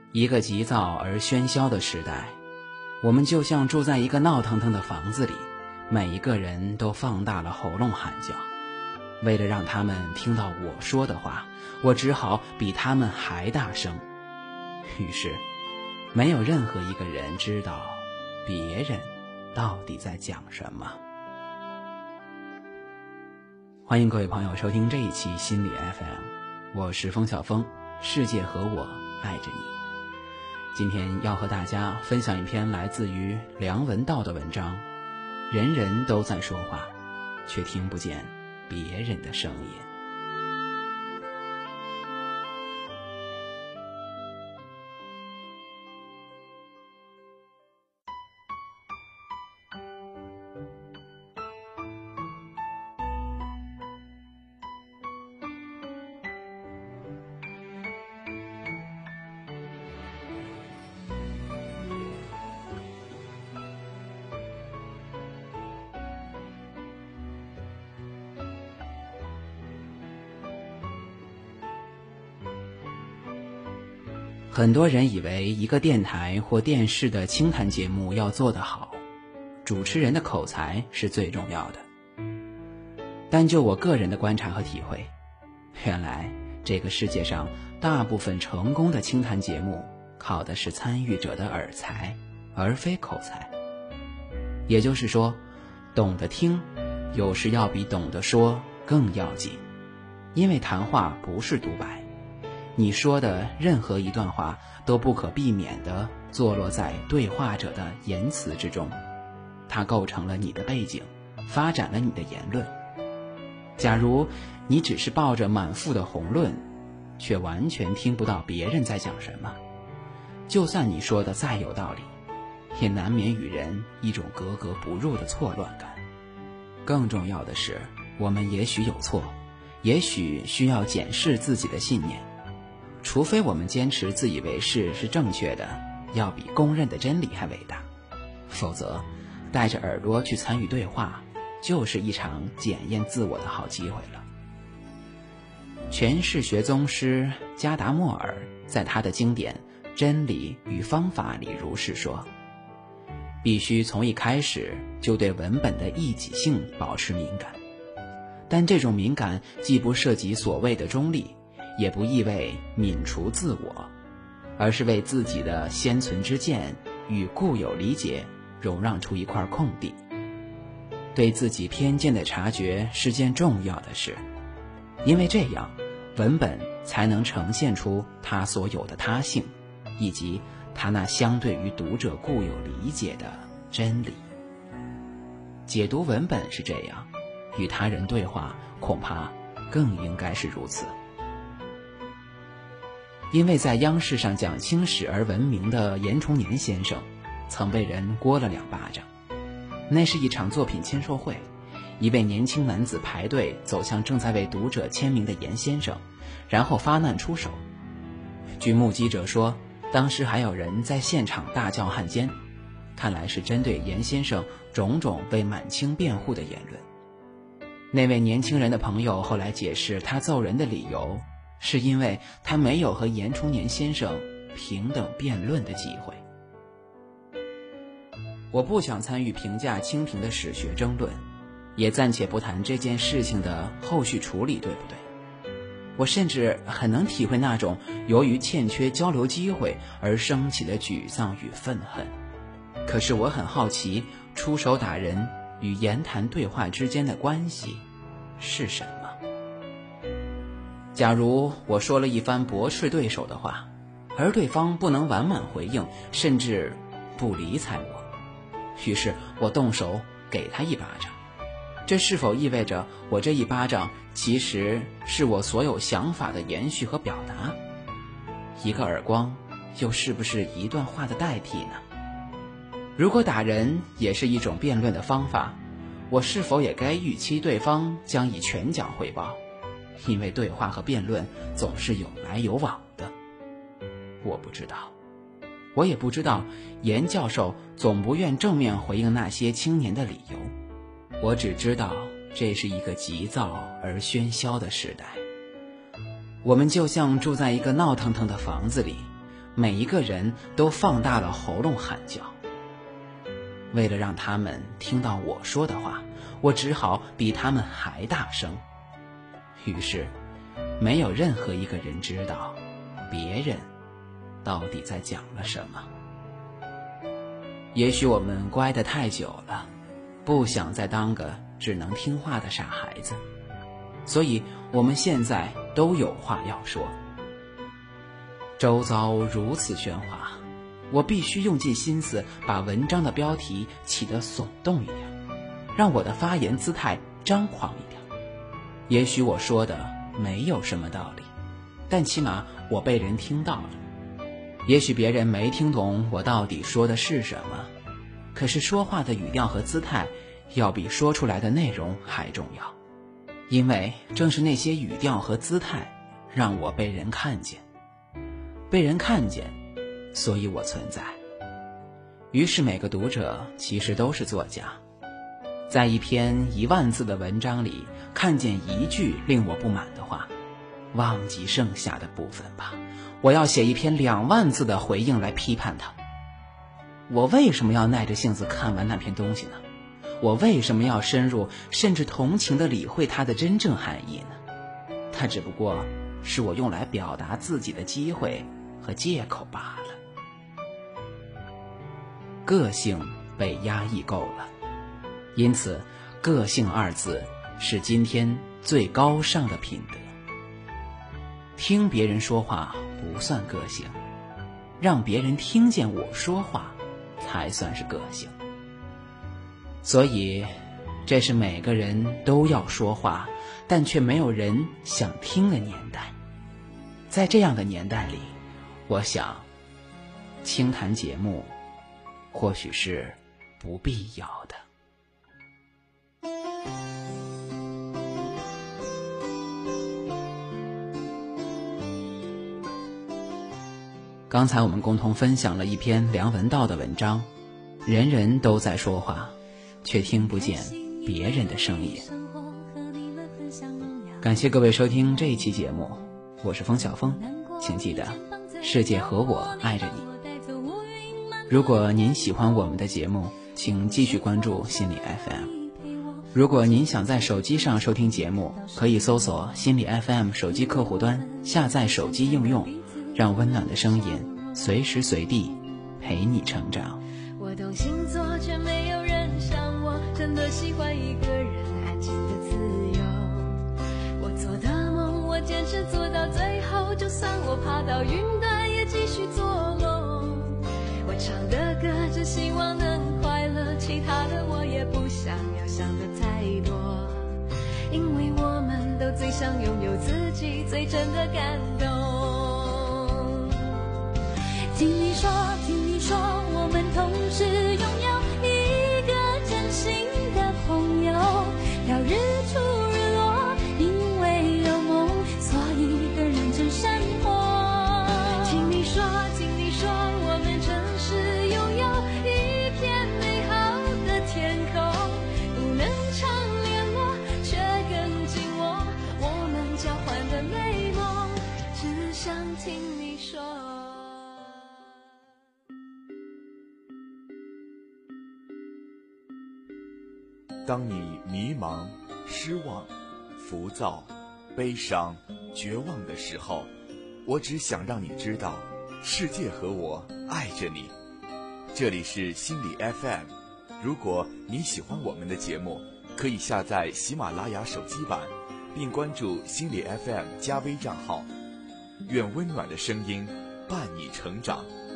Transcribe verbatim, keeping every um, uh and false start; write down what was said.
一个急躁而喧嚣的时代，我们就像住在一个闹腾腾的房子里，每一个人都放大了喉咙喊叫。为了让他们听到我说的话，我只好比他们还大声。于是，没有任何一个人知道别人到底在讲什么。欢迎各位朋友收听这一期心理 F M， 我是风晓峰，世界和我爱着你。今天要和大家分享一篇来自于梁文道的文章，人人都在说话，却听不见别人的声音。很多人以为一个电台或电视的清谈节目要做得好，主持人的口才是最重要的。但就我个人的观察和体会，原来这个世界上大部分成功的清谈节目靠的是参与者的耳才，而非口才。也就是说，懂得听有时要比懂得说更要紧，因为谈话不是独白，你说的任何一段话都不可避免地坐落在对话者的言辞之中，它构成了你的背景，发展了你的言论。假如你只是抱着满腹的宏论，却完全听不到别人在讲什么，就算你说的再有道理，也难免与人一种格格不入的错乱感。更重要的是，我们也许有错，也许需要检视自己的信念，除非我们坚持自以为是是正确的，要比公认的真理还伟大，否则带着耳朵去参与对话，就是一场检验自我的好机会了。诠释学宗师加达默尔在他的经典《真理与方法》里如是说，必须从一开始就对文本的异己性保持敏感，但这种敏感既不涉及所谓的中立，也不意味泯除自我，而是为自己的先存之见与固有理解容让出一块空地。对自己偏见的察觉是件重要的事，因为这样文本才能呈现出它所有的他性，以及它那相对于读者固有理解的真理。解读文本是这样，与他人对话恐怕更应该是如此。因为在央视上讲清史而闻名的严崇年先生曾被人掴了两巴掌。那是一场作品签售会，一位年轻男子排队走向正在为读者签名的严先生，然后发难出手。据目击者说，当时还有人在现场大叫汉奸，看来是针对严先生种种为满清辩护的言论。那位年轻人的朋友后来解释，他揍人的理由是因为他没有和严崇年先生平等辩论的机会。我不想参与评价清廷的史学争论，也暂且不谈这件事情的后续处理，对不对？我甚至很能体会那种由于欠缺交流机会而升起的沮丧与愤恨。可是我很好奇，出手打人与言谈对话之间的关系是什么？假如我说了一番驳斥对手的话，而对方不能完满回应，甚至不理睬我，于是我动手给他一巴掌，这是否意味着我这一巴掌其实是我所有想法的延续和表达？一个耳光又是不是一段话的代替呢？如果打人也是一种辩论的方法，我是否也该预期对方将以拳脚回报？因为对话和辩论总是有来有往的。我不知道，我也不知道严教授总不愿正面回应那些青年的理由。我只知道这是一个急躁而喧嚣的时代，我们就像住在一个闹腾腾的房子里， 每一个人都放大了喉咙喊叫。为了让他们听到我说的话，我只好比他们还大声。于是，没有任何一个人知道别人到底在讲了什么。也许我们乖得太久了，不想再当个只能听话的傻孩子，所以我们现在都有话要说。周遭如此喧哗，我必须用尽心思把文章的标题起得耸动一点，让我的发言姿态张狂一点。也许我说的没有什么道理，但起码我被人听到了。也许别人没听懂我到底说的是什么，可是说话的语调和姿态要比说出来的内容还重要，因为正是那些语调和姿态让我被人看见。被人看见，所以我存在。于是每个读者其实都是作家，在一篇一万字的文章里看见一句令我不满的话，忘记剩下的部分吧，我要写一篇两万字的回应来批判它。我为什么要耐着性子看完那篇东西呢？我为什么要深入甚至同情地理会它的真正含义呢？它只不过是我用来表达自己的机会和借口罢了。个性被压抑够了，因此个性二字是今天最高尚的品德。听别人说话不算个性，让别人听见我说话才算是个性。所以这是每个人都要说话，但却没有人想听的年代。在这样的年代里，我想清谈节目或许是不必要的。刚才我们共同分享了一篇梁文道的文章，人人都在说话，却听不见别人的声音。感谢各位收听这一期节目，我是风小峰，请记得世界和我爱着你。如果您喜欢我们的节目，请继续关注心理 F M。 如果您想在手机上收听节目，可以搜索心理 F M 手机客户端，下载手机应用，让温暖的声音随时随地陪你成长。 我懂星座，却没有人像我真的喜欢一个人安静的自由。我做的梦，我坚持做到最后，就算我爬到云端也继续做梦。我唱的歌只希望能快乐，其他的我也不想要想的太多，因为我们都最想拥有自己最真的感动。听你说，听你说，我们同时拥有一个真心的朋友。要日出日落，因为有梦，所以更认真生活。听你说，听你说，我们城市拥有一片美好的天空，不能常联络，却更紧握我们交换的美梦，只想听你说。 当你迷茫、失望、浮躁、悲伤、绝望的时候，我只想让你知道，世界和我爱着你。这里是心理 F M， 如果你喜欢我们的节目，可以下载喜马拉雅手机版，并关注心理 F M 加微账号。愿温暖的声音伴你成长。